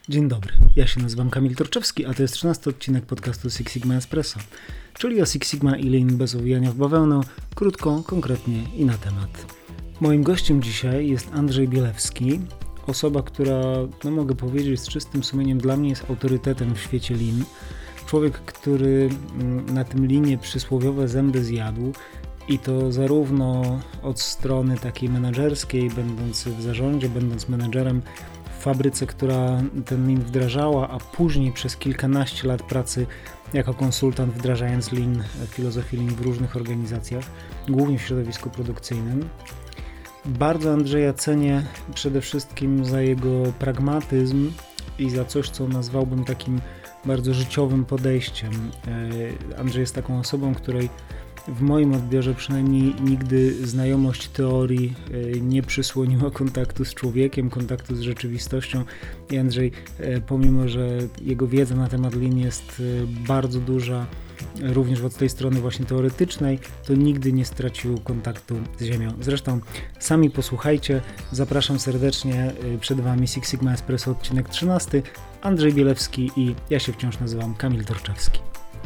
Dzień dobry, ja się nazywam Kamil Torczewski, a to jest 13 odcinek podcastu Six Sigma Espresso, czyli o Six Sigma i Lean bez owijania w bawełnę, krótko, konkretnie i na temat. Moim gościem dzisiaj jest Andrzej Bielewski, osoba, która, mogę powiedzieć z czystym sumieniem, dla mnie jest autorytetem w świecie Lean. Człowiek, który na tym Leanie przysłowiowe zęby zjadł i to zarówno od strony takiej menedżerskiej, będąc w zarządzie, będąc menedżerem w fabryce, która ten Lean wdrażała, a później przez kilkanaście lat pracy jako konsultant wdrażając Lean, filozofię Lean w różnych organizacjach, głównie w środowisku produkcyjnym. Bardzo Andrzeja cenię przede wszystkim za jego pragmatyzm i za coś, co nazwałbym takim bardzo życiowym podejściem. Andrzej jest taką osobą, której w moim odbiorze przynajmniej nigdy znajomość teorii nie przysłoniła kontaktu z człowiekiem, kontaktu z rzeczywistością. I Andrzej, pomimo że jego wiedza na temat Lean jest bardzo duża, również od tej strony właśnie teoretycznej, to nigdy nie stracił kontaktu z ziemią. Zresztą sami posłuchajcie, zapraszam serdecznie, przed Wami Six Sigma Espresso, odcinek 13, Andrzej Bielewski i ja się wciąż nazywam Kamil Torczewski.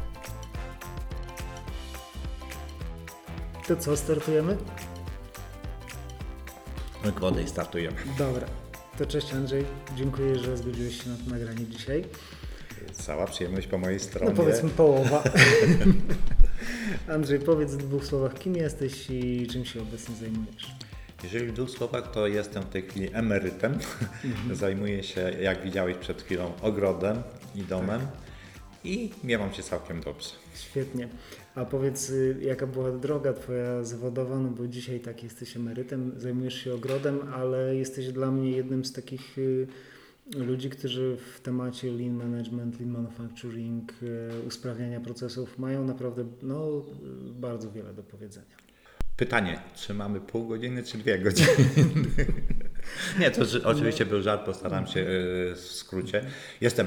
To co, startujemy? Łyk i startujemy. Dobra, to cześć Andrzej, dziękuję, że zgodziłeś się na to nagranie dzisiaj. Cała przyjemność po mojej stronie. No powiedzmy połowa. Andrzej, powiedz w dwóch słowach, kim jesteś i czym się obecnie zajmujesz? Jeżeli w dwóch słowach, to jestem w tej chwili emerytem. Zajmuję się, jak widziałeś przed chwilą, ogrodem i domem i miewam się całkiem dobrze. Świetnie. A powiedz, jaka była droga twoja zawodowa, no bo dzisiaj tak jesteś emerytem, zajmujesz się ogrodem, ale jesteś dla mnie jednym z takich ludzi, którzy w temacie Lean Management, Lean Manufacturing, usprawniania procesów mają naprawdę bardzo wiele do powiedzenia. Pytanie, czy mamy pół godziny, czy 2 godziny? Nie, to oczywiście był żart, postaram się w skrócie. Jestem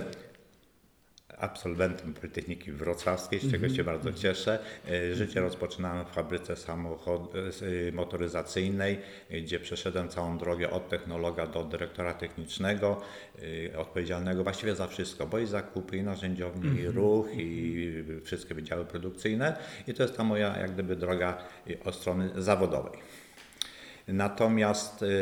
absolwentem Politechniki Wrocławskiej, z czego się bardzo cieszę. Życie rozpoczynałem w fabryce motoryzacyjnej, gdzie przeszedłem całą drogę od technologa do dyrektora technicznego, odpowiedzialnego właściwie za wszystko, bo i zakupy, i narzędziownie, i ruch, i wszystkie wydziały produkcyjne. I to jest ta moja jak gdyby droga od strony zawodowej. Natomiast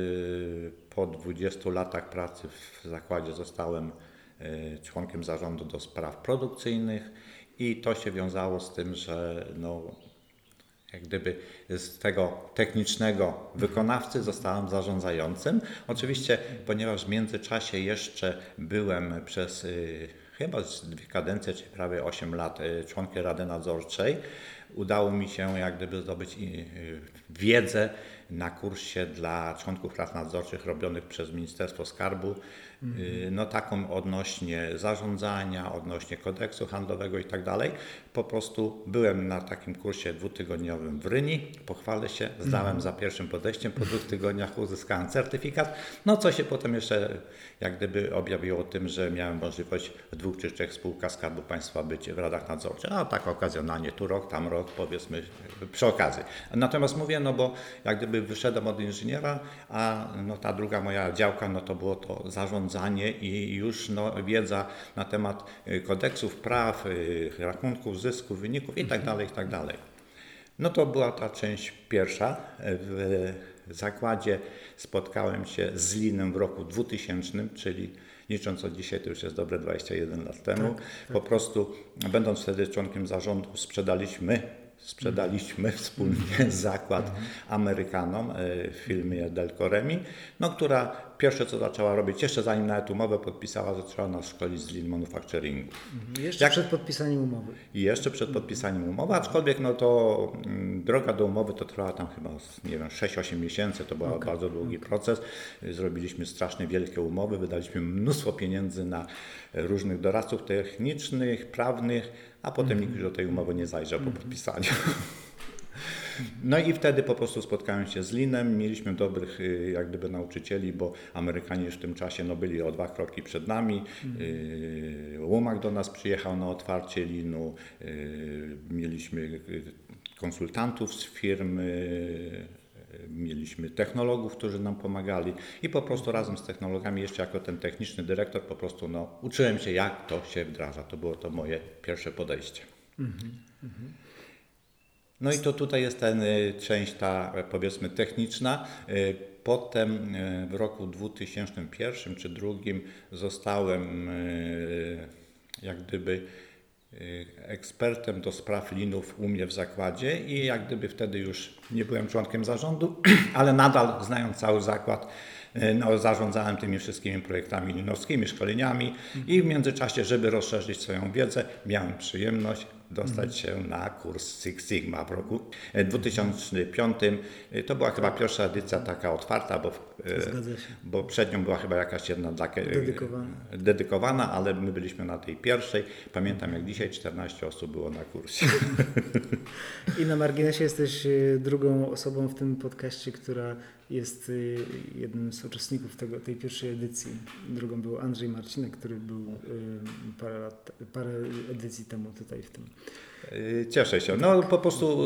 po 20 latach pracy w zakładzie zostałem członkiem zarządu do spraw produkcyjnych i to się wiązało z tym, że jak gdyby z tego technicznego wykonawcy zostałem zarządzającym. Oczywiście, ponieważ w międzyczasie jeszcze byłem przez chyba 2 kadencje, czy prawie 8 lat członkiem Rady Nadzorczej, udało mi się jak gdyby zdobyć wiedzę na kursie dla członków rad nadzorczych robionych przez Ministerstwo Skarbu, taką odnośnie zarządzania, odnośnie kodeksu handlowego i tak dalej. Po prostu byłem na takim kursie 2-tygodniowym w Ryni, pochwalę się, zdałem za pierwszym podejściem, po 2 tygodniach uzyskałem certyfikat, co się potem jeszcze jak gdyby objawiło tym, że miałem możliwość w 2 czy 3 spółkach Skarbu Państwa być w radach nadzorczych, tak okazjonalnie, tu rok, tam rok, powiedzmy przy okazji. Natomiast mówię, bo jak gdyby wyszedłem od inżyniera, a ta druga moja działka, to było to zarządzanie i już wiedza na temat kodeksów praw, rachunków, zysków, wyników i tak dalej. To była ta część pierwsza. W zakładzie spotkałem się z Leanem w roku 2000, czyli licząc od dzisiaj, to już jest dobre 21 lat temu. Tak. Po prostu, będąc wtedy członkiem zarządu, sprzedaliśmy wspólnie zakład Amerykanom w firmie Delcoremi, która pierwsze co zaczęła robić, jeszcze zanim nawet umowę podpisała, zaczęła nas szkolić z Lean Manufacturingu. Jeszcze przed podpisaniem umowy. Jeszcze przed podpisaniem umowy, aczkolwiek to droga do umowy to trwała tam chyba 6-8 miesięcy, to był bardzo długi proces. Zrobiliśmy strasznie wielkie umowy, wydaliśmy mnóstwo pieniędzy na różnych doradców technicznych, prawnych, a potem nikt już do tej umowy nie zajrzał po podpisaniu. I wtedy po prostu spotkałem się z Leanem, mieliśmy dobrych jak gdyby nauczycieli, bo Amerykanie już w tym czasie byli o 2 kroki przed nami. Łomak do nas przyjechał na otwarcie Leanu, mieliśmy konsultantów z firmy mieliśmy technologów, którzy nam pomagali i po prostu razem z technologami, jeszcze jako ten techniczny dyrektor, po prostu uczyłem się, jak to się wdraża. To było to moje pierwsze podejście. No i to tutaj jest część ta, powiedzmy, techniczna. Potem w roku 2001 czy 2002 zostałem jak gdyby ekspertem do spraw linów u mnie w zakładzie i jak gdyby wtedy już nie byłem członkiem zarządu, ale nadal znając cały zakład, zarządzałem tymi wszystkimi projektami linowskimi, szkoleniami i w międzyczasie, żeby rozszerzyć swoją wiedzę, miałem przyjemność dostać się na kurs Six Sigma w roku 2005. To była chyba pierwsza edycja taka otwarta, bo przed nią była chyba jakaś jedna dedykowana, ale my byliśmy na tej pierwszej. Pamiętam jak dzisiaj 14 osób było na kursie. I na marginesie jesteś drugą osobą w tym podcaście, która jest jednym z uczestników tej pierwszej edycji. Drugą był Andrzej Marcinek, który był parę edycji temu tutaj w tym. Cieszę się. Po prostu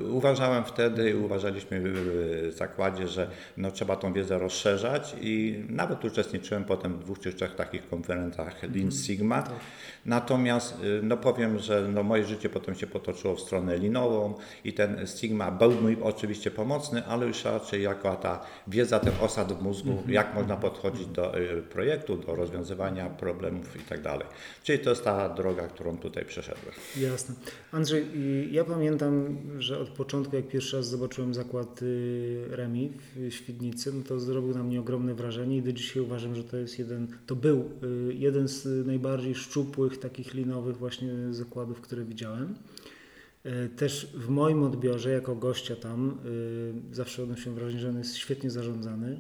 uważaliśmy w zakładzie, że trzeba tą wiedzę rozszerzać i nawet uczestniczyłem potem w 2 czy 3 takich konferencjach Lean Sigma. Tak. Natomiast powiem, że moje życie potem się potoczyło w stronę linową i ten Sigma był mi oczywiście pomocny, ale już raczej jako ta wiedza, ten osad w mózgu, jak można podchodzić do projektu, do rozwiązywania problemów i tak dalej. Czyli to jest ta droga, którą tutaj przeszedłem. Jasne. Andrzej, ja pamiętam, że od początku, jak pierwszy raz zobaczyłem zakład Remi w Świdnicy, to zrobił na mnie ogromne wrażenie i do dzisiaj uważam, że to był jeden z najbardziej szczupłych, takich linowych właśnie zakładów, które widziałem. Też w moim odbiorze, jako gościa tam, zawsze odnosiłem wrażenie, że on jest świetnie zarządzany.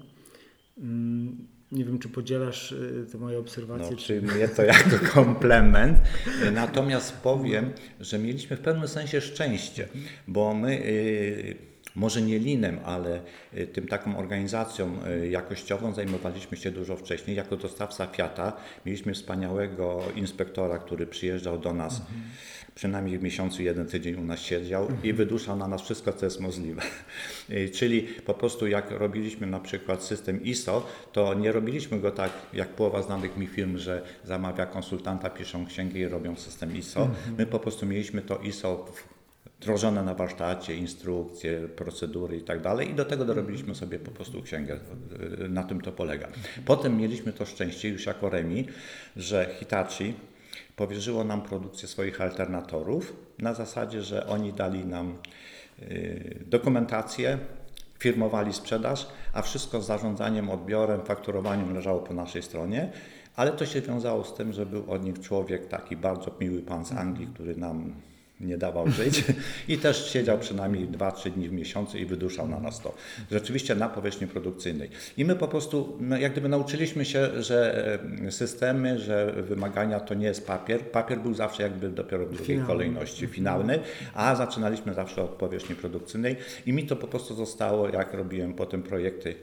Nie wiem, czy podzielasz te moje obserwacje. Przyjmuję to jako komplement. Natomiast powiem, że mieliśmy w pewnym sensie szczęście, bo my, może nie Leanem, ale tym taką organizacją jakościową zajmowaliśmy się dużo wcześniej. Jako dostawca Fiata mieliśmy wspaniałego inspektora, który przyjeżdżał do nas przynajmniej w miesiącu 1 tydzień u nas siedział i wyduszał na nas wszystko, co jest możliwe. Czyli po prostu jak robiliśmy na przykład system ISO, to nie robiliśmy go tak, jak połowa znanych mi firm, że zamawia konsultanta, piszą księgę i robią system ISO. My po prostu mieliśmy to ISO wdrożone na warsztacie, instrukcje, procedury i tak dalej i do tego dorobiliśmy sobie po prostu księgę. Na tym to polega. Potem mieliśmy to szczęście już jako Remi, że Hitachi powierzyło nam produkcję swoich alternatorów na zasadzie, że oni dali nam dokumentację, firmowali sprzedaż, a wszystko z zarządzaniem, odbiorem, fakturowaniem leżało po naszej stronie, ale to się wiązało z tym, że był od nich człowiek, taki bardzo miły pan z Anglii, który nam nie dawał żyć i też siedział przynajmniej 2-3 dni w miesiącu i wyduszał na nas to. Rzeczywiście na powierzchni produkcyjnej. I my po prostu jak gdyby nauczyliśmy się, że systemy, że wymagania to nie jest papier. Papier był zawsze jakby dopiero w drugiej kolejności finalny, a zaczynaliśmy zawsze od powierzchni produkcyjnej i mi to po prostu zostało, jak robiłem potem projekty,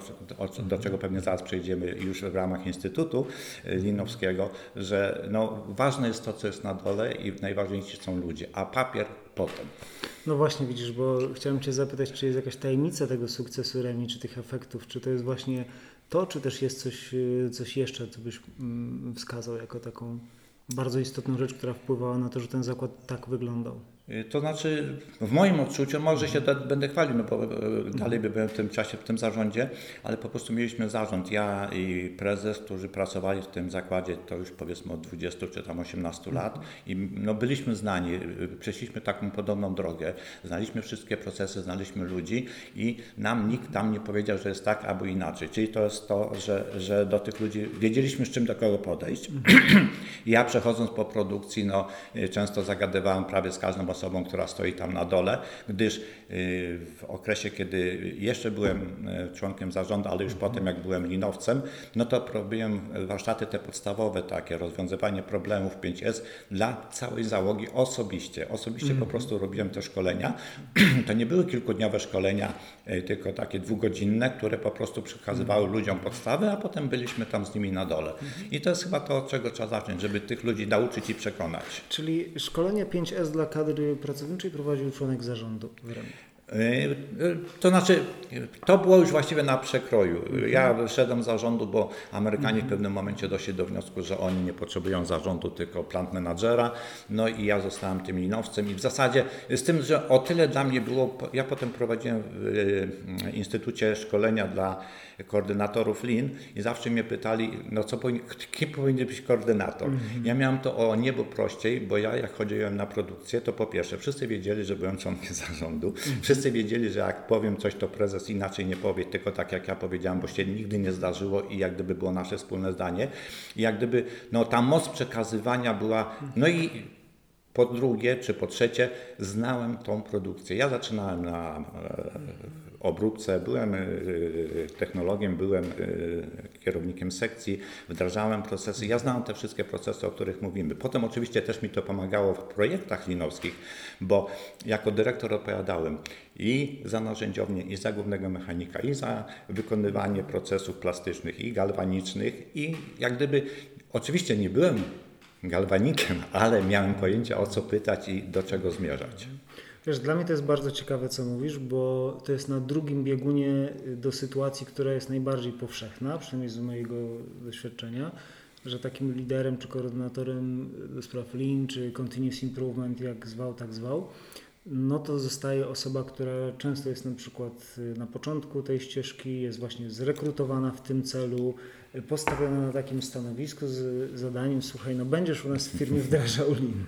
do czego pewnie zaraz przejdziemy już w ramach Instytutu Linowskiego, że ważne jest to, co jest na dole i najważniejsi są ludzie, a papier potem. No właśnie, widzisz, bo chciałem Cię zapytać, czy jest jakaś tajemnica tego sukcesu Remi, czy tych efektów, czy to jest właśnie to, czy też jest coś jeszcze, co byś wskazał jako taką bardzo istotną rzecz, która wpływała na to, że ten zakład tak wyglądał? To znaczy, w moim odczuciu, może się będę chwalił, bo dalej byłem w tym czasie w tym zarządzie, ale po prostu mieliśmy zarząd, ja i prezes, którzy pracowali w tym zakładzie, to już powiedzmy od 20 czy tam 18 lat i byliśmy znani, przeszliśmy taką podobną drogę, znaliśmy wszystkie procesy, znaliśmy ludzi i nam nikt tam nie powiedział, że jest tak albo inaczej. Czyli to jest to, że do tych ludzi wiedzieliśmy, z czym do kogo podejść. Ja przechodząc po produkcji, często zagadywałem prawie z każdą osobą, która stoi tam na dole, gdyż w okresie, kiedy jeszcze byłem członkiem zarządu, ale już potem jak byłem linowcem, to robiłem warsztaty te podstawowe takie, rozwiązywanie problemów 5S dla całej załogi osobiście. Osobiście po prostu robiłem te szkolenia. To nie były kilkudniowe szkolenia, tylko takie 2-godzinne, które po prostu przekazywały ludziom podstawy, a potem byliśmy tam z nimi na dole. I to jest chyba to, od czego trzeba zacząć, żeby tych ludzi nauczyć i przekonać. Czyli szkolenie 5S dla kadry pracowniczej prowadził członek zarządu w Remi. To znaczy, to było już właściwie na przekroju. Ja wyszedłem z zarządu, bo Amerykanie w pewnym momencie doszli do wniosku, że oni nie potrzebują zarządu, tylko plant managera. No i ja zostałem tym linowcem i w zasadzie z tym, że o tyle dla mnie było, ja potem prowadziłem w Instytucie Szkolenia dla koordynatorów Lean i zawsze mnie pytali, no kim powinien być koordynator. Ja miałem to o niebo prościej, bo ja jak chodziłem na produkcję, to po pierwsze wszyscy wiedzieli, że byłem członkiem zarządu, wszyscy wiedzieli, że jak powiem coś, to prezes inaczej nie powie, tylko tak jak ja powiedziałem, bo się nigdy nie zdarzyło i jak gdyby było nasze wspólne zdanie. I jak gdyby ta moc przekazywania była, no i po drugie czy po trzecie znałem tą produkcję. Ja zaczynałem na obróbce, byłem technologiem, byłem kierownikiem sekcji, wdrażałem procesy. Ja znałem te wszystkie procesy, o których mówimy. Potem oczywiście też mi to pomagało w projektach linowskich, bo jako dyrektor odpowiadałem i za narzędziownię, i za głównego mechanika, i za wykonywanie procesów plastycznych, i galwanicznych, i jak gdyby, oczywiście nie byłem galwanikiem, ale miałem pojęcie, o co pytać i do czego zmierzać. Wiesz, dla mnie to jest bardzo ciekawe, co mówisz, bo to jest na drugim biegunie do sytuacji, która jest najbardziej powszechna, przynajmniej z mojego doświadczenia, że takim liderem czy koordynatorem do spraw Lean czy Continuous Improvement, jak zwał, tak zwał, no to zostaje osoba, która często jest na przykład na początku tej ścieżki, jest właśnie zrekrutowana w tym celu, postawiona na takim stanowisku z zadaniem, słuchaj, no będziesz u nas w firmie wdrażał Lean.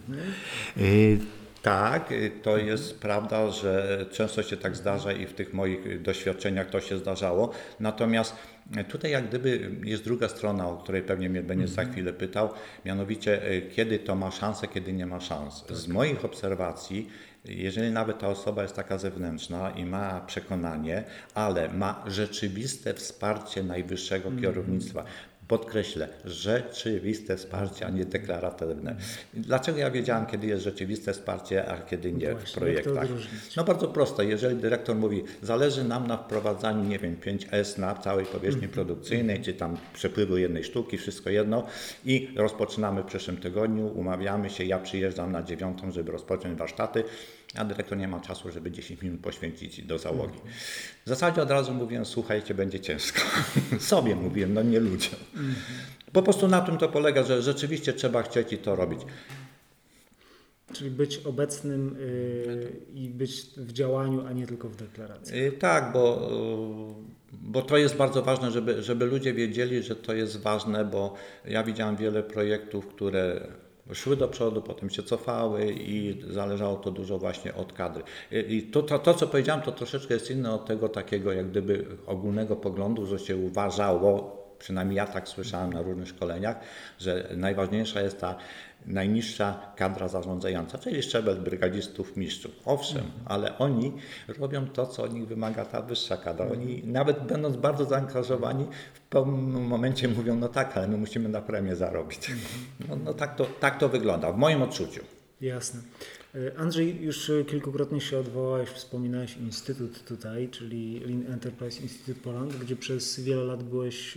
Tak, to jest prawda, że często się tak zdarza i w tych moich doświadczeniach to się zdarzało. Natomiast tutaj jak gdyby jest druga strona, o której pewnie mnie będziesz za chwilę pytał, mianowicie kiedy to ma szansę, kiedy nie ma szans. Z moich obserwacji, jeżeli nawet ta osoba jest taka zewnętrzna i ma przekonanie, ale ma rzeczywiste wsparcie najwyższego kierownictwa, podkreślę, rzeczywiste wsparcie, a nie deklaratywne. Dlaczego ja wiedziałem, kiedy jest rzeczywiste wsparcie, a kiedy nie w projektach? No bardzo prosto. Jeżeli dyrektor mówi, zależy nam na wprowadzaniu, nie wiem, 5S na całej powierzchni produkcyjnej, czy tam przepływu jednej sztuki, wszystko jedno i rozpoczynamy w przyszłym tygodniu, umawiamy się, ja przyjeżdżam na 9, żeby rozpocząć warsztaty, a dyrektor nie ma czasu, żeby 10 minut poświęcić do załogi. W zasadzie od razu mówiłem, słuchajcie, będzie ciężko. Sobie mówiłem, no nie ludziom. Po prostu na tym to polega, że rzeczywiście trzeba chcieć i to robić. Czyli być obecnym i być w działaniu, a nie tylko w deklaracji. Tak, bo to jest bardzo ważne, żeby ludzie wiedzieli, że to jest ważne, bo ja widziałem wiele projektów, które szły do przodu, potem się cofały i zależało to dużo właśnie od kadry. I to co powiedziałem, to troszeczkę jest inne od tego takiego jak gdyby ogólnego poglądu, że się uważało, przynajmniej ja tak słyszałem na różnych szkoleniach, że najważniejsza jest ta najniższa kadra zarządzająca, czyli szczebel brygadzistów, mistrzów. Owszem, ale oni robią to, co od nich wymaga ta wyższa kadra. Oni nawet będąc bardzo zaangażowani, w pewnym momencie mówią, no tak, ale my musimy na premię zarobić. No tak to wygląda, w moim odczuciu. Jasne. Andrzej, już kilkukrotnie się odwołałeś, wspominałeś instytut tutaj, czyli Lean Enterprise Institute Poland, gdzie przez wiele lat byłeś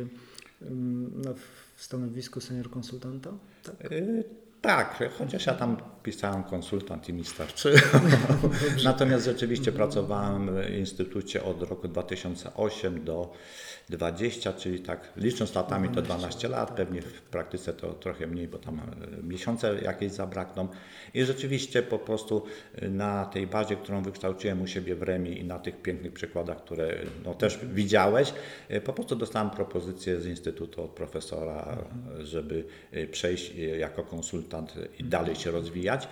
w stanowisku senior konsultanta? Tak? Tak, chociaż ja tam pisałem konsultant i mi starczy. Natomiast rzeczywiście pracowałem w instytucie od roku 2008 do 20, czyli tak licząc latami to 12 lat, pewnie w praktyce to trochę mniej, bo tam miesiące jakieś zabrakną. I rzeczywiście po prostu na tej bazie, którą wykształciłem u siebie w REMI i na tych pięknych przykładach, które też widziałeś, po prostu dostałem propozycję z Instytutu od profesora, żeby przejść jako konsultant i dalej się rozwijać.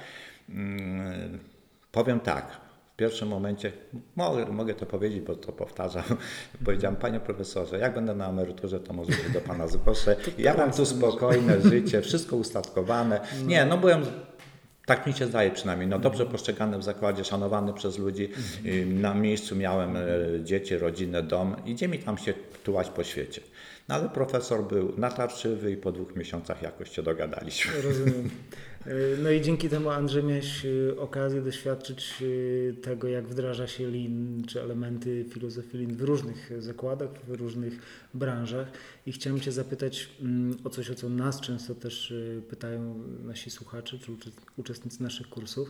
Powiem tak. W pierwszym momencie, mogę to powiedzieć, bo to powtarzam, powiedziałem, panie profesorze, jak będę na emeryturze, to może się do pana zgłoszę. Ja mam tu spokojne życie, wszystko ustatkowane. Nie, byłem, tak mi się zdaje przynajmniej, dobrze postrzegany w zakładzie, szanowany przez ludzi. Na miejscu miałem dzieci, rodzinę, dom i gdzie mi tam się tułać po świecie. No ale profesor był natarczywy i po 2 miesiącach jakoś się dogadaliśmy. Rozumiem. No i dzięki temu, Andrzej, miałeś okazję doświadczyć tego, jak wdraża się Lean, czy elementy filozofii Lean w różnych zakładach, w różnych branżach. I chciałem Cię zapytać o coś, o co nas często też pytają nasi słuchacze, czy uczestnicy naszych kursów.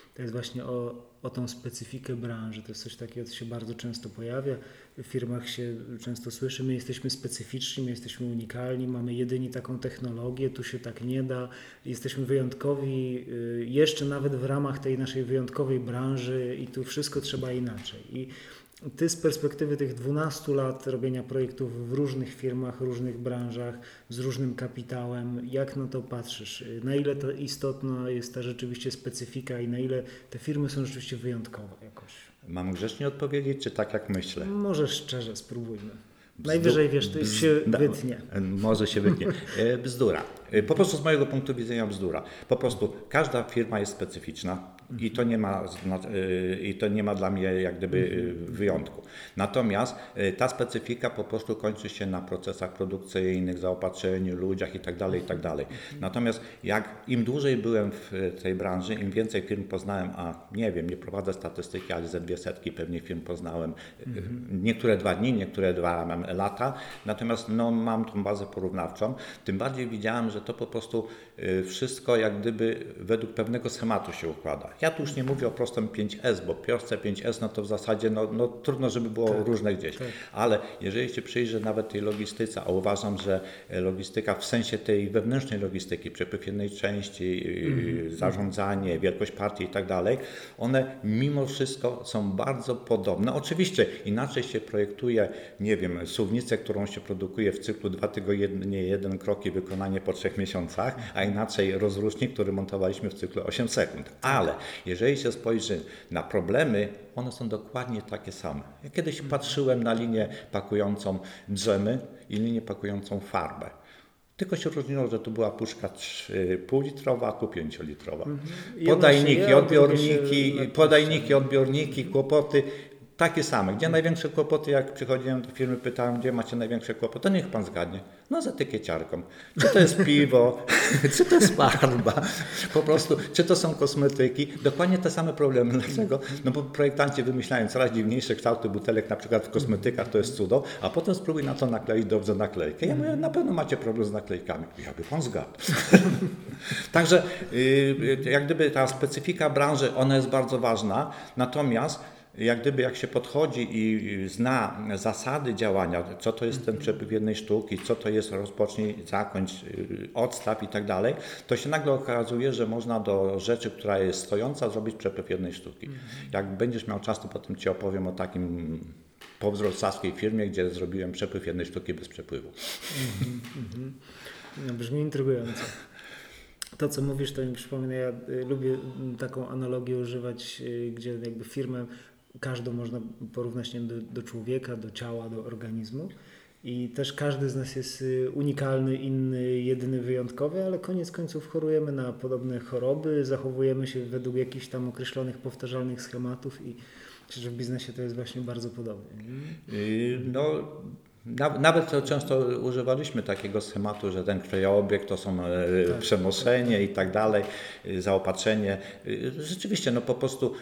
to jest właśnie o tą specyfikę branży. To jest coś takiego, co się bardzo często pojawia. W firmach się często słyszy, my jesteśmy specyficzni, my jesteśmy unikalni, mamy jedynie taką technologię, tu się tak nie da, jesteśmy wyjątkowi jeszcze nawet w ramach tej naszej wyjątkowej branży i tu wszystko trzeba inaczej. I ty z perspektywy tych 12 lat robienia projektów w różnych firmach, różnych branżach, z różnym kapitałem, jak na to patrzysz? Na ile to istotna jest ta rzeczywiście specyfika i na ile te firmy są rzeczywiście wyjątkowe jakoś? Mam grzecznie odpowiedzieć, czy tak jak myślę? Może szczerze, spróbujmy. Najwyżej, wiesz, to się wytnie. Może się wytnie. Bzdura. Po prostu z mojego punktu widzenia bzdura. Po prostu każda firma jest specyficzna i to nie ma dla mnie jak gdyby wyjątku. Natomiast ta specyfika po prostu kończy się na procesach produkcyjnych, zaopatrzeniu, ludziach itd. Natomiast im dłużej byłem w tej branży, im więcej firm poznałem, a nie wiem, nie prowadzę statystyki, ale ze 200 pewnie firm poznałem. Niektóre 2 dni, niektóre 2 lata. Natomiast mam tą bazę porównawczą. Tym bardziej widziałem, że to po prostu wszystko jak gdyby według pewnego schematu się układa. Ja tu już nie mówię o prostym 5S, bo proste 5S to w zasadzie trudno, żeby było różne gdzieś. Tak. Ale jeżeli się przyjrzy nawet tej logistyce, a uważam, że logistyka w sensie tej wewnętrznej logistyki, przepływ jednej części, zarządzanie, wielkość partii i tak dalej, one mimo wszystko są bardzo podobne. Oczywiście inaczej się projektuje, nie wiem, suwnicę, którą się produkuje w cyklu 2 tygodnie, 1 krok i wykonanie po 3 miesiącach, a inaczej rozrusznik, który montowaliśmy w cyklu 8 sekund. Ale jeżeli się spojrzy na problemy, one są dokładnie takie same. Ja kiedyś patrzyłem na linię pakującą drzemy i linię pakującą farbę. Tylko się różniło, że tu była puszka 0,5-litrowa, a tu 5-litrowa. Podajniki, odbiorniki, kłopoty. Takie same. Gdzie największe kłopoty, jak przychodziłem do firmy, pytałem, gdzie macie największe kłopoty, to niech pan zgadnie. Z etykieciarką. Czy to jest piwo, czy to jest farba, po prostu, czy to są kosmetyki. Dokładnie te same problemy. Dlaczego? Bo projektanci wymyślają coraz dziwniejsze kształty butelek, na przykład w kosmetykach to jest cudo, a potem spróbuj na to nakleić dobrze naklejkę. Ja mówię, na pewno macie problem z naklejkami. Jakby pan zgadł. Także jak gdyby ta specyfika branży, ona jest bardzo ważna, natomiast jak się podchodzi i zna zasady działania, co to jest ten przepływ jednej sztuki, co to jest rozpocznij, zakończ, odstaw i tak dalej, to się nagle okazuje, że można do rzeczy, która jest stojąca, zrobić przepływ jednej sztuki. Jak będziesz miał czas, to potem Ci opowiem o takim powrocławskiej firmie, gdzie zrobiłem przepływ jednej sztuki bez przepływu. Brzmi intrygująco. To, co mówisz, to mi przypomina, ja lubię taką analogię używać, gdzie jakby firmę każdą można porównać do człowieka, do ciała, do organizmu i też każdy z nas jest unikalny, inny, jedyny, wyjątkowy, ale koniec końców chorujemy na podobne choroby, zachowujemy się według jakichś tam określonych, powtarzalnych schematów i myślę, że w biznesie to jest właśnie bardzo podobnie. Nawet to często używaliśmy takiego schematu, że ten krwioobieg to są przenoszenie i tak dalej, zaopatrzenie. Rzeczywiście, po prostu,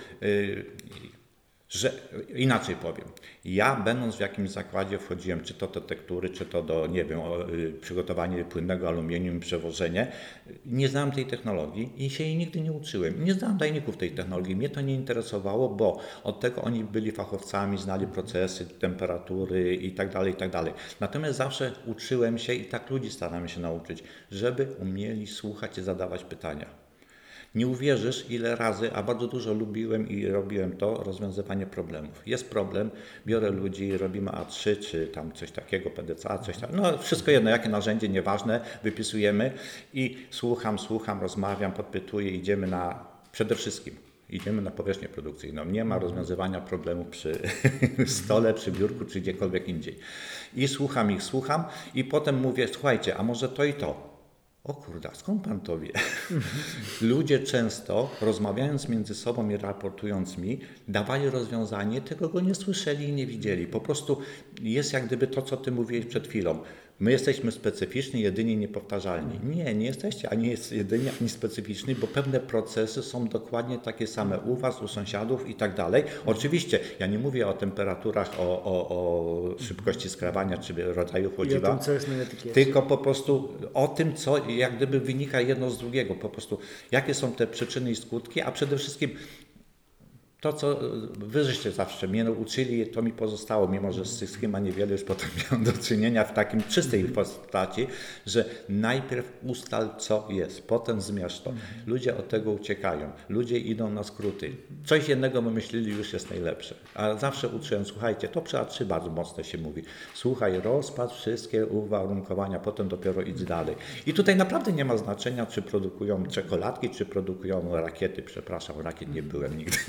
że inaczej powiem. Ja będąc w jakimś zakładzie wchodziłem, czy to do tektury, czy to do, nie wiem, przygotowanie płynnego aluminium, przewożenie. Nie znałem tej technologii i się jej nigdy nie uczyłem. Nie znałem tajników tej technologii. Mnie to nie interesowało, bo od tego oni byli fachowcami, znali procesy, temperatury i tak dalej, i tak dalej. Natomiast zawsze uczyłem się i tak ludzi staramy się nauczyć, żeby umieli słuchać i zadawać pytania. Nie uwierzysz, ile razy, a bardzo dużo lubiłem i robiłem to, rozwiązywanie problemów. Jest problem, biorę ludzi, robimy A3 czy tam coś takiego, PDCA, coś tam, wszystko jedno, jakie narzędzie, nieważne, wypisujemy i słucham, rozmawiam, podpytuję, przede wszystkim idziemy na powierzchnię produkcyjną. Nie ma rozwiązywania problemów przy stole, przy biurku czy gdziekolwiek indziej. I słucham i potem mówię, słuchajcie, a może to i to. O kurde, skąd pan to wie? Ludzie często, rozmawiając między sobą i raportując mi, dawali rozwiązanie, tego go nie słyszeli i nie widzieli. Po prostu jest jak gdyby to, co ty mówiłeś przed chwilą. My jesteśmy specyficzni, jedyni, niepowtarzalni. Nie jesteście ani jedyni, ani specyficzni, bo pewne procesy są dokładnie takie same u Was, u sąsiadów i tak dalej. Oczywiście, ja nie mówię o temperaturach, o szybkości skrawania czy rodzaju chłodziwa, tym, co jest na etykiecie. tylko po prostu o tym, co jak gdyby wynika jedno z drugiego. Po prostu jakie są te przyczyny i skutki, a przede wszystkim to, co wy żeście zawsze mnie uczyli, to mi pozostało, mimo że z tych chyba niewiele już potem miałem do czynienia w takim czystej postaci, że najpierw ustal, co jest, potem zmierz to. Ludzie od tego uciekają, ludzie idą na skróty. Coś jednego wymyślili, już jest najlepsze. A zawsze uczyłem, słuchajcie, to przy A3 bardzo mocno się mówi. Słuchaj, rozpatrz wszystkie uwarunkowania, potem dopiero idź dalej. I tutaj naprawdę nie ma znaczenia, czy produkują czekoladki, czy produkują rakiety. Przepraszam, rakiet nie byłem nigdy.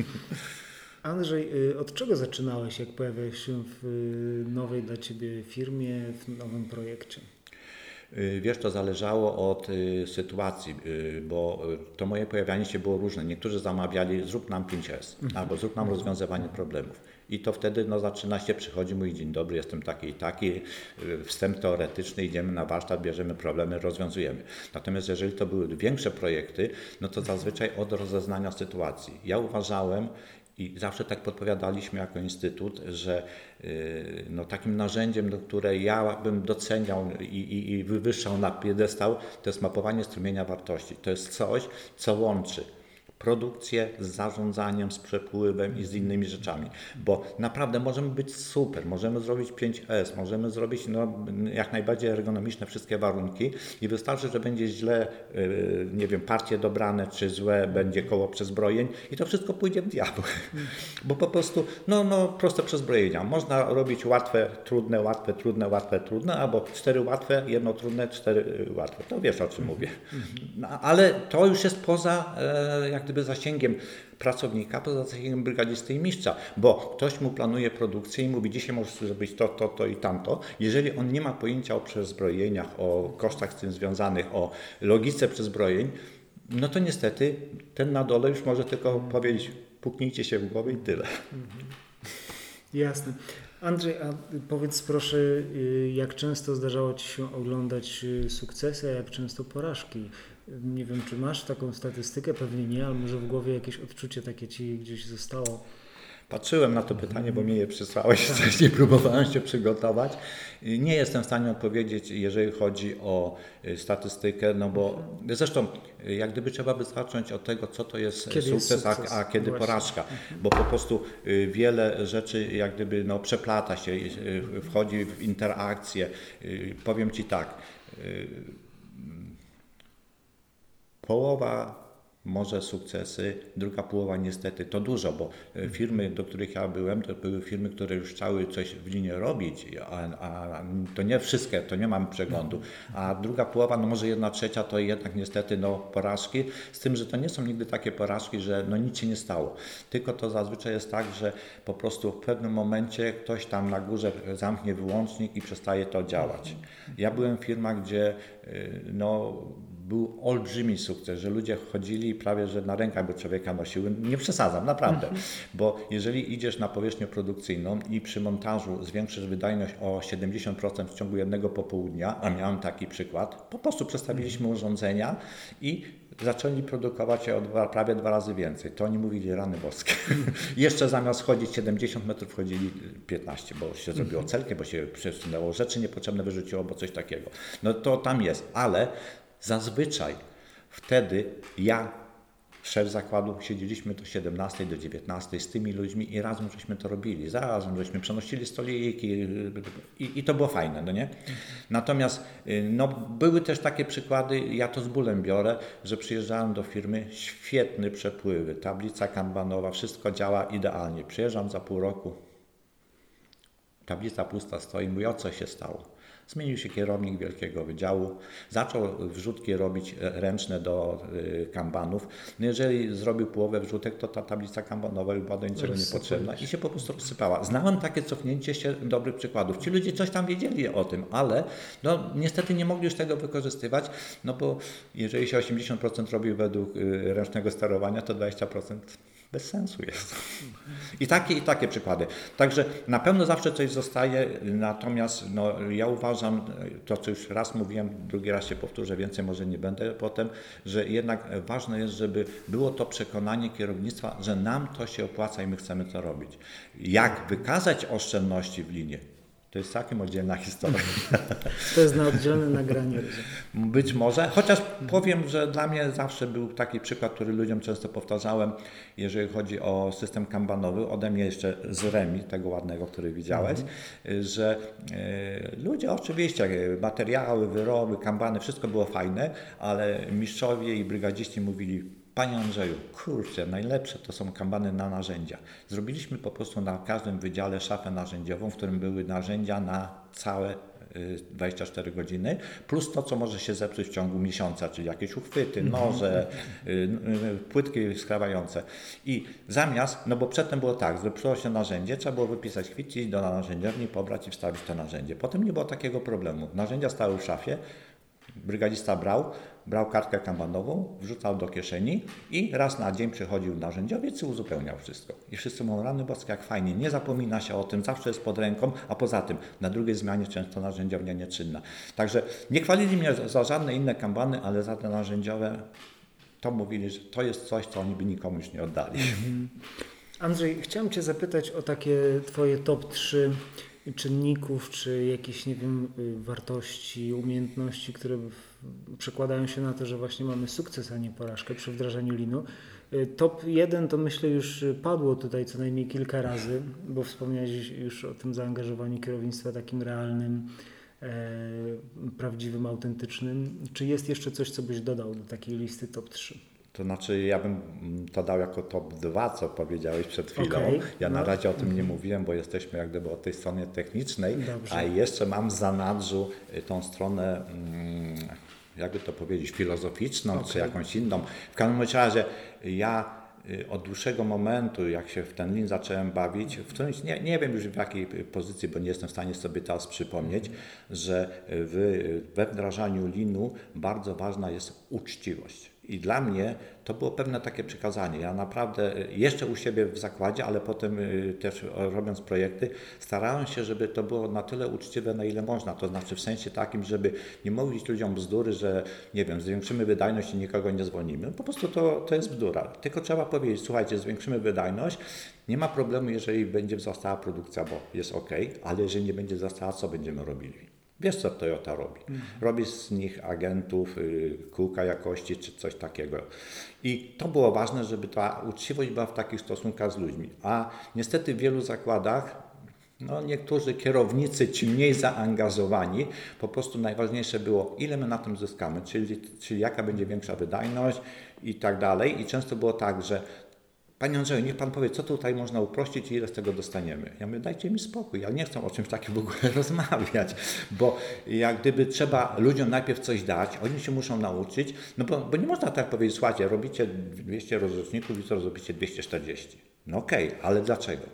Andrzej, od czego zaczynałeś, jak pojawiałeś się w nowej dla Ciebie firmie, w nowym projekcie? Wiesz, to zależało od sytuacji, bo to moje pojawianie się było różne. Niektórzy zamawiali, zrób nam 5S, albo zrób nam rozwiązywanie problemów. I to wtedy zaczyna się, przychodzi mój dzień dobry, jestem taki i taki, wstęp teoretyczny, idziemy na warsztat, bierzemy problemy, rozwiązujemy. Natomiast jeżeli to były większe projekty, to zazwyczaj od rozeznania sytuacji. Ja uważałem, i zawsze tak podpowiadaliśmy jako instytut, że takim narzędziem, które ja bym doceniał i wywyższał na piedestał, to jest mapowanie strumienia wartości. To jest coś, co łączy produkcję z zarządzaniem, z przepływem i z innymi rzeczami. Bo naprawdę możemy być super, możemy zrobić 5S, możemy zrobić jak najbardziej ergonomiczne wszystkie warunki i wystarczy, że będzie źle, partie dobrane, czy złe będzie koło przezbrojeń i to wszystko pójdzie w diabł. Bo po prostu, proste przezbrojenia. Można robić łatwe, trudne, łatwe, trudne, łatwe, trudne, albo 4 łatwe, 1 trudne, 4 łatwe. To wiesz, o czym mówię. Ale to już jest poza jak gdyby zasięgiem pracownika, poza zasięgiem brygadzisty i mistrza, bo ktoś mu planuje produkcję i mówi, dzisiaj możesz zrobić to i tamto. Jeżeli on nie ma pojęcia o przezbrojeniach, o kosztach z tym związanych, o logice przezbrojeń, to niestety ten na dole już może tylko powiedzieć, puknijcie się w głowę i tyle. Jasne. Andrzej, a powiedz proszę, jak często zdarzało Ci się oglądać sukcesy, a jak często porażki? Nie wiem, czy masz taką statystykę, pewnie nie, ale może w głowie jakieś odczucie takie Ci gdzieś zostało? Patrzyłem na to pytanie, bo mnie je przysłałeś wcześniej, próbowałem się przygotować. Nie jestem w stanie odpowiedzieć, jeżeli chodzi o statystykę, bo zresztą jak gdyby trzeba by zacząć od tego, co to jest sukces, a kiedy porażka. Bo po prostu wiele rzeczy jak gdyby przeplata się, wchodzi w interakcję. Powiem Ci tak, połowa może sukcesy, druga połowa niestety to dużo, bo firmy, do których ja byłem, to były firmy, które już chciały coś w linie robić, a to nie wszystkie, to nie mamy przeglądu. A druga połowa, może 1/3 to jednak niestety porażki, z tym, że to nie są nigdy takie porażki, że nic się nie stało. Tylko to zazwyczaj jest tak, że po prostu w pewnym momencie ktoś tam na górze zamknie wyłącznik i przestaje to działać. Ja byłem w firmach, gdzie był olbrzymi sukces, że ludzie chodzili prawie, że na rękach by człowieka nosiły. Nie przesadzam, naprawdę. Bo jeżeli idziesz na powierzchnię produkcyjną i przy montażu zwiększysz wydajność o 70% w ciągu jednego popołudnia, a miałem taki przykład, po prostu przestawiliśmy urządzenia i zaczęli produkować je prawie 2 razy więcej. To oni mówili, rany boskie. Jeszcze zamiast chodzić 70 metrów, chodzili 15, bo się zrobiło celkę, bo się przesunęło rzeczy niepotrzebne, wyrzuciło, bo coś takiego. To tam jest, ale zazwyczaj wtedy szef zakładu, siedzieliśmy do 17, do 19 z tymi ludźmi i razem żeśmy to robili. Razem żeśmy przenosili stoliki i to było fajne, nie? Natomiast były też takie przykłady, ja to z bólem biorę, że przyjeżdżałem do firmy, świetne przepływy, tablica kanbanowa, wszystko działa idealnie. Przyjeżdżam za pół roku, tablica pusta stoi, mówię, o co się stało? Zmienił się kierownik wielkiego wydziału, zaczął wrzutki robić ręczne do kanbanów. Jeżeli zrobił połowę wrzutek, to ta tablica kanbanowa była do niczego niepotrzebna i się po prostu rozsypała. Znałem takie cofnięcie się dobrych przykładów. Ci ludzie coś tam wiedzieli o tym, ale niestety nie mogli już tego wykorzystywać, bo jeżeli się 80% robi według ręcznego sterowania, to 20% Bez sensu jest. I takie przykłady. Także na pewno zawsze coś zostaje, natomiast ja uważam, to co już raz mówiłem, drugi raz się powtórzę, więcej może nie będę potem, że jednak ważne jest, żeby było to przekonanie kierownictwa, że nam to się opłaca i my chcemy to robić. Jak wykazać oszczędności w linie? To jest całkiem oddzielna historia. To jest na oddzielne nagranie. Być może, chociaż powiem, że dla mnie zawsze był taki przykład, który ludziom często powtarzałem, jeżeli chodzi o system kanbanowy, ode mnie jeszcze z Remi, tego ładnego, który widziałeś, że ludzie oczywiście, materiały, wyroby, kanbany, wszystko było fajne, ale mistrzowie i brygadziści mówili: Panie Andrzeju, kurczę, najlepsze to są kanbany na narzędzia. Zrobiliśmy po prostu na każdym wydziale szafę narzędziową, w którym były narzędzia na całe 24 godziny, plus to, co może się zepsuć w ciągu miesiąca, czyli jakieś uchwyty, noże, płytki skrawające. I zamiast, bo przedtem było tak, zepsuło się narzędzie, trzeba było wypisać kwit, iść do narzędziowni, pobrać i wstawić to narzędzie. Potem nie było takiego problemu. Narzędzia stały w szafie, brygadzista brał kartkę kanbanową, wrzucał do kieszeni i raz na dzień przychodził narzędziowiec i uzupełniał wszystko. I wszyscy mówią: rany boskie, jak fajnie, nie zapomina się o tym, zawsze jest pod ręką, a poza tym na drugiej zmianie często narzędziownia nieczynna. Także nie chwalili mnie za żadne inne kanbany, ale za te narzędziowe to mówili, że to jest coś, co oni by nikomu już nie oddali. Andrzej, chciałem Cię zapytać o takie Twoje top 3 czynników, czy jakieś, nie wiem, wartości, umiejętności, które przekładają się na to, że właśnie mamy sukces, a nie porażkę przy wdrażaniu Leanu. Top 1 to myślę już padło tutaj co najmniej kilka razy, bo wspomniałeś już o tym zaangażowaniu kierownictwa takim realnym, prawdziwym, autentycznym. Czy jest jeszcze coś, co byś dodał do takiej listy top 3? To znaczy, ja bym to dał jako top 2, co powiedziałeś przed chwilą. Okay, ja na razie o tym nie mówiłem, bo jesteśmy jak gdyby od tej strony technicznej. Dobrze. A jeszcze mam w zanadrzu tą stronę, jakby to powiedzieć, filozoficzną, czy jakąś inną. W każdym razie ja od dłuższego momentu, jak się w ten Lean zacząłem bawić, w którymś, nie wiem już w jakiej pozycji, bo nie jestem w stanie sobie teraz przypomnieć, że we wdrażaniu Leanu bardzo ważna jest uczciwość. I dla mnie to było pewne takie przykazanie. Ja naprawdę jeszcze u siebie w zakładzie, ale potem też robiąc projekty, starałem się, żeby to było na tyle uczciwe, na ile można. To znaczy w sensie takim, żeby nie mówić ludziom bzdury, że nie wiem, zwiększymy wydajność i nikogo nie zwolnimy. Po prostu to jest bzdura. Tylko trzeba powiedzieć: słuchajcie, zwiększymy wydajność, nie ma problemu, jeżeli będzie wzrastała produkcja, bo jest ok, ale jeżeli nie będzie wzrastała, co będziemy robili? Wiesz, co Toyota robi? Robi z nich agentów, kółka jakości czy coś takiego. I to było ważne, żeby ta uczciwość była w takich stosunkach z ludźmi. A niestety w wielu zakładach niektórzy kierownicy, ci mniej zaangażowani, po prostu najważniejsze było, ile my na tym zyskamy, czyli jaka będzie większa wydajność i tak dalej. I często było tak, że: Panie Andrzeju, niech Pan powie, co tutaj można uprościć i ile z tego dostaniemy. Ja mówię: dajcie mi spokój, ja nie chcę o czymś takim w ogóle rozmawiać, bo jak gdyby trzeba ludziom najpierw coś dać, oni się muszą nauczyć, bo nie można tak powiedzieć: słuchajcie, robicie 200 rozruszników i co zrobicie 240. No okej, ale dlaczego?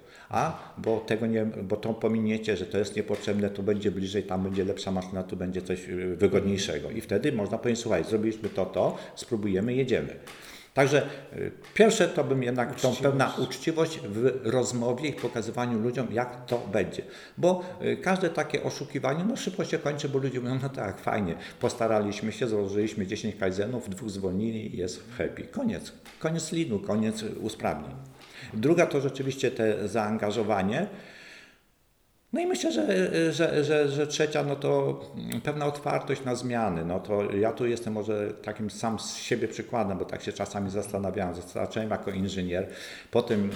Bo to pominiecie, że to jest niepotrzebne, tu będzie bliżej, tam będzie lepsza maszyna, tu będzie coś wygodniejszego. I wtedy można powiedzieć: słuchaj, zrobiliśmy to, spróbujemy, jedziemy. Także pierwsze to bym jednak tą pewna uczciwość w rozmowie i pokazywaniu ludziom, jak to będzie. Bo każde takie oszukiwanie szybko się kończy, bo ludzie mówią: no tak, fajnie, postaraliśmy się, złożyliśmy 10 kaizenów, 2 zwolnili i jest happy. Koniec Leanu, koniec usprawnień. Druga to rzeczywiście te zaangażowanie. No i myślę, że trzecia, to pewna otwartość na zmiany. To ja tu jestem może takim sam z siebie przykładem, bo tak się czasami zastanawiałem. Zacząłem jako inżynier, potem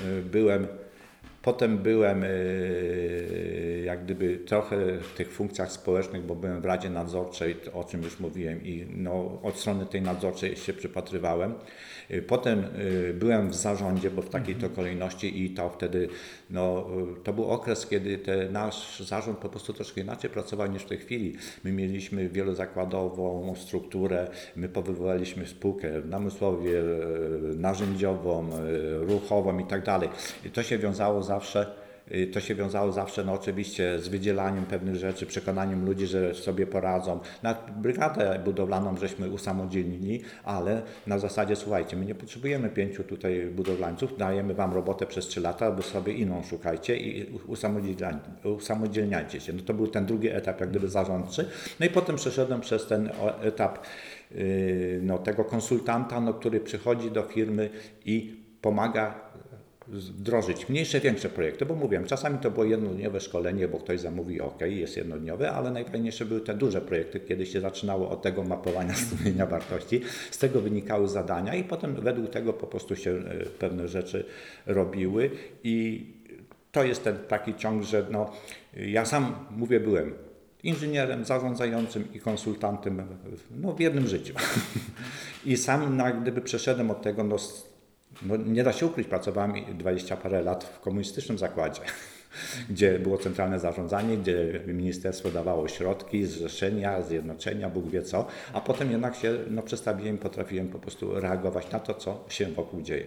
byłem jak gdyby trochę w tych funkcjach społecznych, bo byłem w Radzie Nadzorczej, o czym już mówiłem, i od strony tej nadzorczej się przypatrywałem. Potem byłem w zarządzie, bo w takiej to kolejności, i to wtedy to był okres, kiedy nasz zarząd po prostu troszkę inaczej pracował niż w tej chwili. My mieliśmy wielozakładową strukturę, my powoływaliśmy spółkę w Namysłowie, narzędziową, ruchową i tak dalej. I to się wiązało zawsze to się wiązało zawsze oczywiście z wydzielaniem pewnych rzeczy, przekonaniem ludzi, że sobie poradzą. Na brygadę budowlaną żeśmy usamodzielnili, ale na zasadzie słuchajcie, my nie potrzebujemy 5 tutaj budowlańców, dajemy wam robotę przez 3 lata, wy sobie inną szukajcie i usamodzielniajcie się. No to był ten drugi etap jak gdyby zarządczy. No i potem przeszedłem przez ten etap tego konsultanta, który przychodzi do firmy i pomaga wdrożyć mniejsze, większe projekty, bo mówiłem, czasami to było jednodniowe szkolenie, bo ktoś zamówi, jest jednodniowe, ale najfajniejsze były te duże projekty, kiedy się zaczynało od tego mapowania strumienia wartości, z tego wynikały zadania i potem według tego po prostu się pewne rzeczy robiły i to jest ten taki ciąg, że ja sam byłem inżynierem, zarządzającym i konsultantem w jednym życiu. I sam gdyby przeszedłem od tego, nie da się ukryć, pracowałem 20 parę lat w komunistycznym zakładzie, gdzie było centralne zarządzanie, gdzie ministerstwo dawało środki, zrzeszenia, zjednoczenia, Bóg wie co, a potem jednak się przestawiłem, potrafiłem po prostu reagować na to, co się wokół dzieje.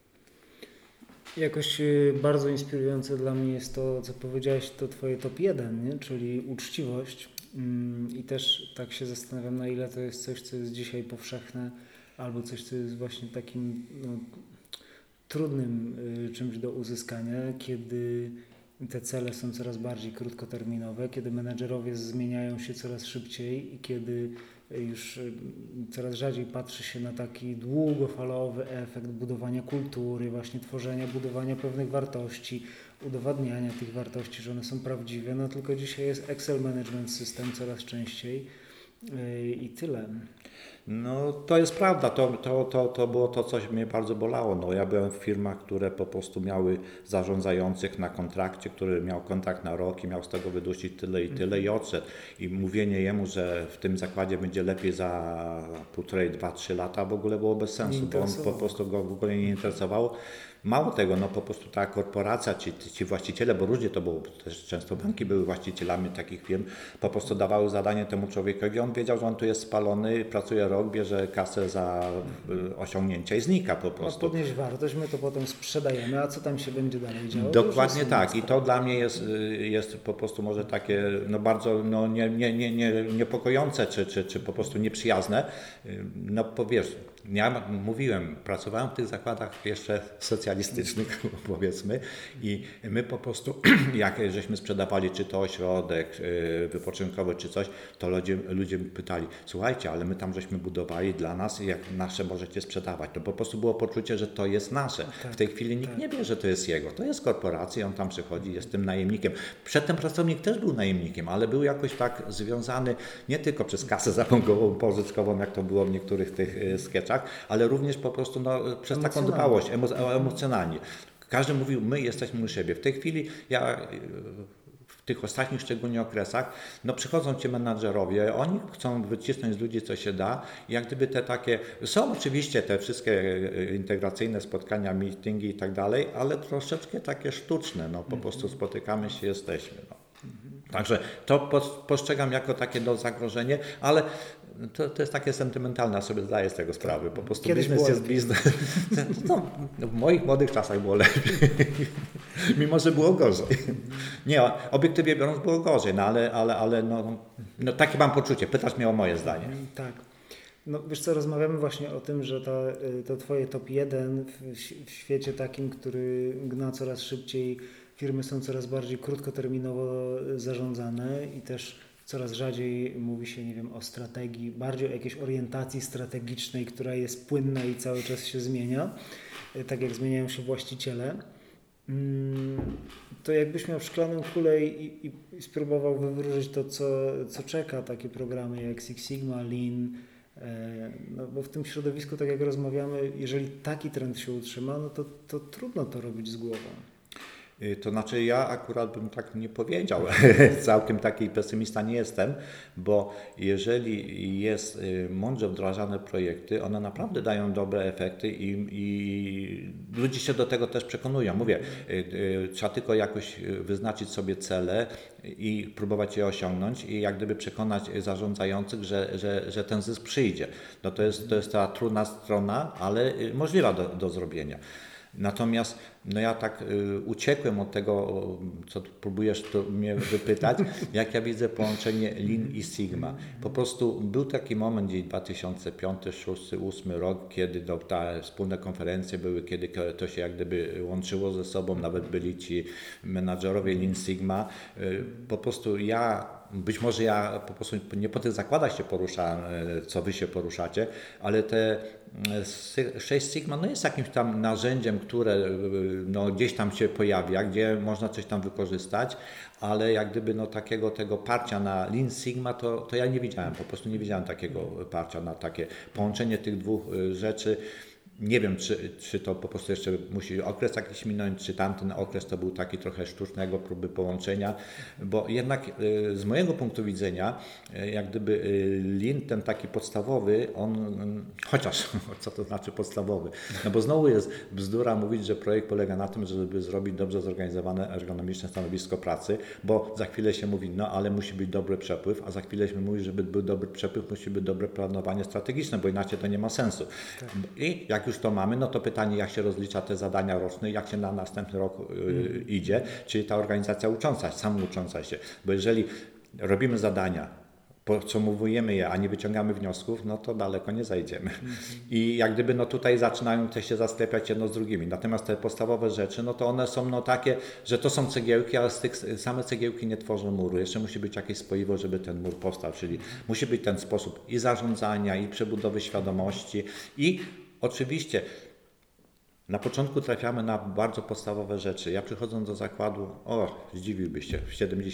Jakoś bardzo inspirujące dla mnie jest to, co powiedziałeś, to twoje top 1, nie? Czyli uczciwość. I też tak się zastanawiam, na ile to jest coś, co jest dzisiaj powszechne, albo coś, co jest właśnie takim trudnym czymś do uzyskania, kiedy te cele są coraz bardziej krótkoterminowe, kiedy menedżerowie zmieniają się coraz szybciej i kiedy już coraz rzadziej patrzy się na taki długofalowy efekt budowania kultury, właśnie tworzenia, budowania pewnych wartości, udowadniania tych wartości, że one są prawdziwe, tylko dzisiaj jest Excel Management System coraz częściej i tyle. No to jest prawda, to było to, co mnie bardzo bolało. Ja byłem w firmach, które po prostu miały zarządzających na kontrakcie, który miał kontrakt na rok i miał z tego wydusić tyle i tyle i odszedł. I mówienie jemu, że w tym zakładzie będzie lepiej za 1,5, 2, 3 lata w ogóle było bez sensu, bo on po prostu go w ogóle nie interesowało. Mało tego, po prostu ta korporacja, ci właściciele, bo różnie to było, też często banki były właścicielami takich firm, po prostu dawały zadanie temu człowiekowi, on wiedział, że on tu jest spalony, pracuje rok, bierze kasę za osiągnięcia i znika po prostu. Podnieść wartość, my to potem sprzedajemy, a co tam się będzie dalej działo? Dokładnie tak i to dla mnie jest po prostu może takie bardzo niepokojące, czy po prostu nieprzyjazne. Wiesz, ja mówiłem, pracowałem w tych zakładach jeszcze socjalistycznych, powiedzmy, i my po prostu, jak żeśmy sprzedawali, czy to ośrodek wypoczynkowy, czy coś, to ludzie pytali, słuchajcie, ale my tam żeśmy budowali dla nas i jak nasze możecie sprzedawać. To po prostu było poczucie, że to jest nasze. Tak, w tej chwili nikt nie wie, że to jest jego. To jest korporacja, on tam przychodzi, jest tym najemnikiem. Przedtem pracownik też był najemnikiem, ale był jakoś tak związany nie tylko przez kasę zapomogową, pożyczkową, jak to było w niektórych tych sketchach, ale również po prostu przez taką dbałość emocjonalnie. Każdy mówił, my jesteśmy u siebie. W tej chwili w tych ostatnich szczególnie okresach, przychodzą ci menadżerowie, oni chcą wycisnąć z ludzi, co się da. I jak gdyby te takie, są oczywiście te wszystkie integracyjne spotkania, meetingi i tak dalej, ale troszeczkę takie sztuczne, po prostu spotykamy się, jesteśmy. Także to postrzegam jako takie zagrożenie, ale to jest takie sentymentalne, ja sobie zdaję z tego sprawy. Po prostu biznes jest biznes. W moich młodych czasach było lepiej. Mimo że było gorzej. Nie, obiektywnie biorąc było gorzej, ale takie mam poczucie. Pytasz mnie o moje zdanie. Tak. Wiesz co, rozmawiamy właśnie o tym, że to twoje top 1 w świecie takim, który gna coraz szybciej, firmy są coraz bardziej krótkoterminowo zarządzane i też coraz rzadziej mówi się, o strategii, bardziej o jakiejś orientacji strategicznej, która jest płynna i cały czas się zmienia, tak jak zmieniają się właściciele. To jakbyś miał szklaną kulę i spróbował wywróżyć to, co czeka takie programy jak Six Sigma, Lean, bo w tym środowisku, tak jak rozmawiamy, jeżeli taki trend się utrzyma, to trudno to robić z głową. To znaczy ja akurat bym tak nie powiedział, całkiem taki pesymista nie jestem, bo jeżeli jest mądrze wdrażane projekty, one naprawdę dają dobre efekty i ludzie się do tego też przekonują. Mówię, trzeba tylko jakoś wyznaczyć sobie cele i próbować je osiągnąć i jak gdyby przekonać zarządzających, że ten zysk przyjdzie. To jest ta trudna strona, ale możliwa do zrobienia. Natomiast no ja tak uciekłem od tego, co tu próbujesz mnie wypytać, jak ja widzę połączenie Lean i Sigma. Po prostu był taki moment gdzieś 2005, 2006, 2008 rok, kiedy te wspólne konferencje były, kiedy to się jak gdyby łączyło ze sobą, nawet byli ci menadżerowie Lean Sigma. Po prostu być może ja po prostu nie po tych zakładach się poruszałem, co wy się poruszacie, ale te 6 Sigma no jest jakimś tam narzędziem, które no gdzieś tam się pojawia, gdzie można coś tam wykorzystać, ale jak gdyby no takiego tego parcia na Lean Sigma to ja nie widziałem, po prostu nie widziałem takiego parcia na takie połączenie tych dwóch rzeczy. Nie wiem, czy to po prostu jeszcze musi okres jakiś minąć, czy tamten okres to był taki trochę sztucznego próby połączenia, bo jednak z mojego punktu widzenia, jak gdyby Lean ten taki podstawowy, chociaż co to znaczy podstawowy? No bo znowu jest bzdura mówić, że projekt polega na tym, żeby zrobić dobrze zorganizowane ergonomiczne stanowisko pracy, bo za chwilę się mówi, no ale musi być dobry przepływ, a za chwilę się mówi, żeby był dobry przepływ, musi być dobre planowanie strategiczne, bo inaczej to nie ma sensu. Tak. I jak już to mamy, no to pytanie, jak się rozlicza te zadania roczne, jak się na następny rok idzie, czyli ta organizacja samoucząca się. Bo jeżeli robimy zadania, podsumowujemy je, a nie wyciągamy wniosków, no to daleko nie zajdziemy. I jak gdyby no tutaj zaczynają te się zasklepiać jedno z drugimi. Natomiast te podstawowe rzeczy, no to one są no takie, że to są cegiełki, ale z tych same cegiełki nie tworzą muru. Jeszcze musi być jakieś spoiwo, żeby ten mur powstał, czyli musi być ten sposób i zarządzania, i przebudowy świadomości, i oczywiście na początku trafiamy na bardzo podstawowe rzeczy. Ja przychodząc do zakładu, zdziwiłbyś się, w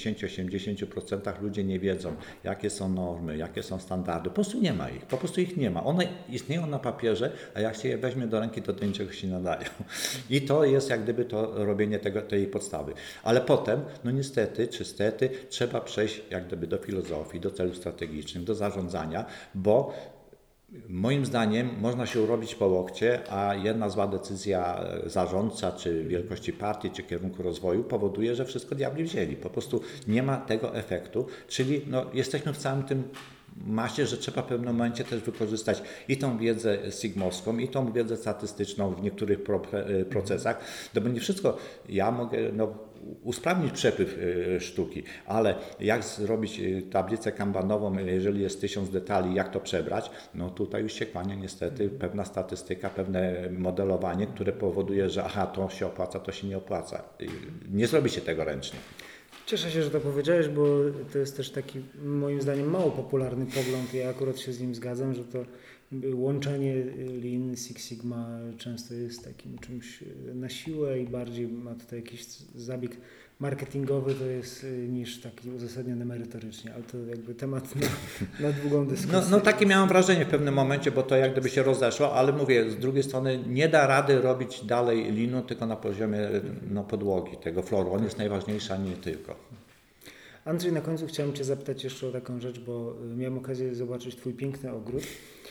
70-80% ludzie nie wiedzą, jakie są normy, jakie są standardy. Po prostu nie ma ich, po prostu ich nie ma. One istnieją na papierze, a jak się je weźmie do ręki, to do niczego się nadają. I to jest jak gdyby to robienie tej podstawy. Ale potem, no niestety czy stety, trzeba przejść jak gdyby do filozofii, do celów strategicznych, do zarządzania, bo moim zdaniem można się urobić po łokcie, a jedna zła decyzja zarządca, czy wielkości partii, czy kierunku rozwoju powoduje, że wszystko diabli wzięli. Po prostu nie ma tego efektu, czyli no, jesteśmy w całym tym masie, że trzeba w pewnym momencie też wykorzystać i tą wiedzę sigmowską, i tą wiedzę statystyczną w niektórych procesach. To będzie wszystko, ja mogę usprawnić przepływ sztuki, ale jak zrobić tablicę kanbanową, jeżeli jest 1000 detali, jak to przebrać, no tutaj już się kłania niestety pewna statystyka, pewne modelowanie, które powoduje, że to się opłaca, to się nie opłaca. Nie zrobi się tego ręcznie. Cieszę się, że to powiedziałeś, bo to jest też taki moim zdaniem mało popularny pogląd. Ja akurat się z nim zgadzam, że to łączenie Lean, Six Sigma często jest takim czymś na siłę i bardziej ma tutaj jakiś zabieg marketingowy to jest niż taki uzasadniony merytorycznie, ale to jakby temat na długą dyskusję. No takie miałem wrażenie w pewnym momencie, bo to jak gdyby się rozeszło, ale mówię, z drugiej strony nie da rady robić dalej Leanu tylko na poziomie podłogi, tego floru. On jest najważniejszy, a nie tylko. Andrzej, na końcu chciałem Cię zapytać jeszcze o taką rzecz, bo miałem okazję zobaczyć Twój piękny ogród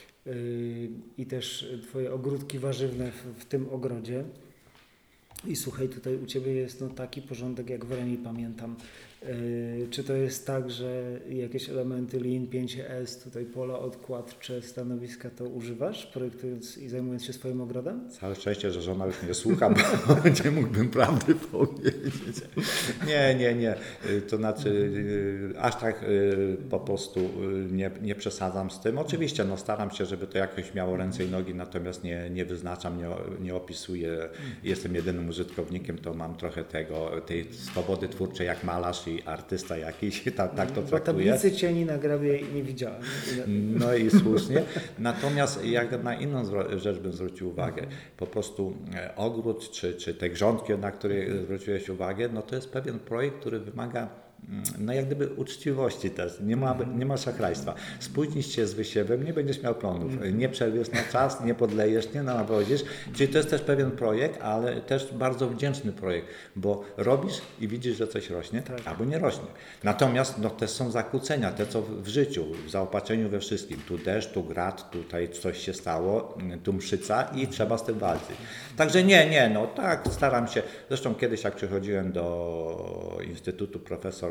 i też Twoje ogródki warzywne w tym ogrodzie. I słuchaj, tutaj u Ciebie jest taki porządek, jak w Remi pamiętam. Czy to jest tak, że jakieś elementy Lean 5S, tutaj pola odkładcze, stanowiska to używasz, projektując i zajmując się swoim ogrodem? Całe szczęście, że żona już nie słucha, bo nie mógłbym prawdy powiedzieć. Nie. To znaczy aż tak po prostu nie przesadzam z tym. Oczywiście staram się, żeby to jakoś miało ręce i nogi, natomiast nie wyznaczam, nie opisuję. Jestem jedynym użytkownikiem, to mam trochę tej swobody twórczej jak malarz i artysta jakiś, tak to traktuje. Tablicy cieni na grabie nie widziałem. No i słusznie. Natomiast jak na inną rzecz bym zwrócił uwagę, po prostu ogród czy te grządki, na które zwróciłeś uwagę, to jest pewien projekt, który wymaga jak gdyby uczciwości też, nie ma szachrajstwa. Spóźnisz się z wysiewem, nie będziesz miał plonów, nie przerwiesz na czas, nie podlejesz, nie nawozisz. Czyli to jest też pewien projekt, ale też bardzo wdzięczny projekt, bo robisz i widzisz, że coś rośnie, albo nie rośnie. Natomiast też są zakłócenia, te co w życiu, w zaopatrzeniu we wszystkim. Tu deszcz, tu grad, tutaj coś się stało, tu mszyca i trzeba z tym walczyć. Także tak, staram się. Zresztą kiedyś jak przychodziłem do Instytutu Profesora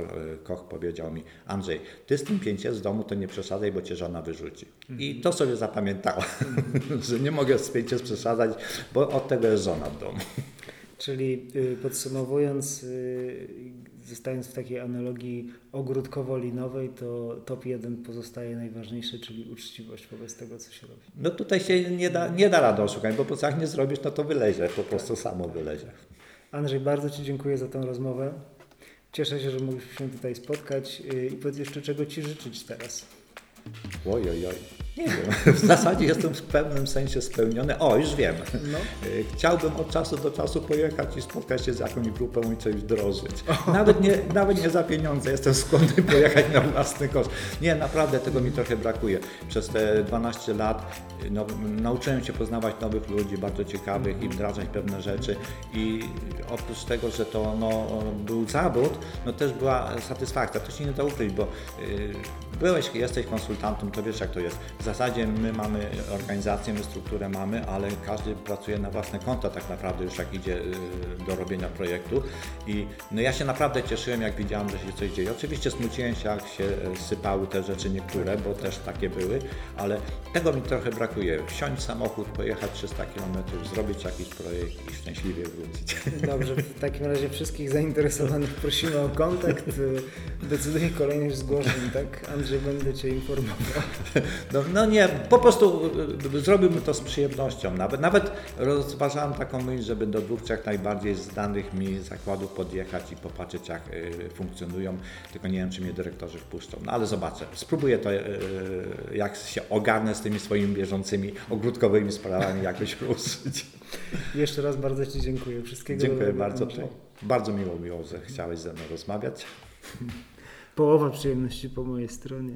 Koch powiedział mi: Andrzej, ty z tym 5 z domu to nie przesadzaj, bo cię żona wyrzuci. I to sobie zapamiętałem, że nie mogę z 5 przesadzać, bo od tego jest żona w domu. Czyli podsumowując, zostając w takiej analogii ogródkowo-linowej, to top 1 pozostaje najważniejszy, czyli uczciwość wobec tego, co się robi. No tutaj się nie da rady oszukać, bo jak nie zrobisz, no to wylezie, po prostu samo wylezie. Andrzej, bardzo Ci dziękuję za tę rozmowę. Cieszę się, że mogliśmy się tutaj spotkać i powiedz jeszcze, czego Ci życzyć teraz. Oj. Nie wiem, w zasadzie jestem w pewnym sensie spełniony. O, już wiem. No. Chciałbym od czasu do czasu pojechać i spotkać się z jakąś grupą i coś wdrożyć. Nawet nie za pieniądze, jestem skłonny pojechać na własny koszt. Nie, naprawdę tego mi trochę brakuje. Przez te 12 lat nauczyłem się poznawać nowych ludzi, bardzo ciekawych i wdrażać pewne rzeczy. I oprócz tego, że to był zawód, też była satysfakcja. To się nie da ukryć, bo jesteś konsultantem, to wiesz jak to jest. W zasadzie my mamy organizację, my strukturę mamy, ale każdy pracuje na własne konto tak naprawdę już jak idzie do robienia projektu. I ja się naprawdę cieszyłem, jak widziałem, że się coś dzieje. Oczywiście smuciłem się, jak się sypały te rzeczy niektóre, bo też takie były, ale tego mi trochę brakuje. Wsiąść w samochód, pojechać 300 km, zrobić jakiś projekt i szczęśliwie wrócić. Dobrze, w takim razie wszystkich zainteresowanych prosimy o kontakt. Decyduję kolejność zgłoszeń, tak? Andrzej, będę Cię informował. No nie, po prostu zrobimy to z przyjemnością. Nawet rozważałem taką myśl, żeby do 2-3 najbardziej znanych mi zakładów podjechać i popatrzeć, jak funkcjonują, tylko nie wiem, czy mnie dyrektorzy wpuszczą. No ale zobaczę. Spróbuję to, jak się ogarnę z tymi swoimi bieżącymi, ogródkowymi sprawami jakoś ruszyć. Jeszcze raz bardzo Ci dziękuję. Wszystkiego Dziękuję bardzo. Bardzo miło, że chciałeś ze mną rozmawiać. Połowa przyjemności po mojej stronie.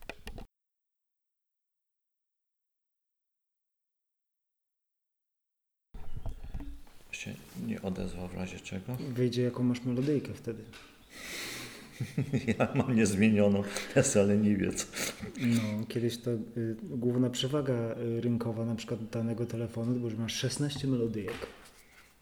Się nie odezwał w razie czego. Wyjdzie, jaką masz melodyjkę wtedy. Ja mam niezmienioną, jestem leniwiec. Kiedyś to główna przewaga rynkowa na przykład danego telefonu, to było, że masz 16 melodyjek.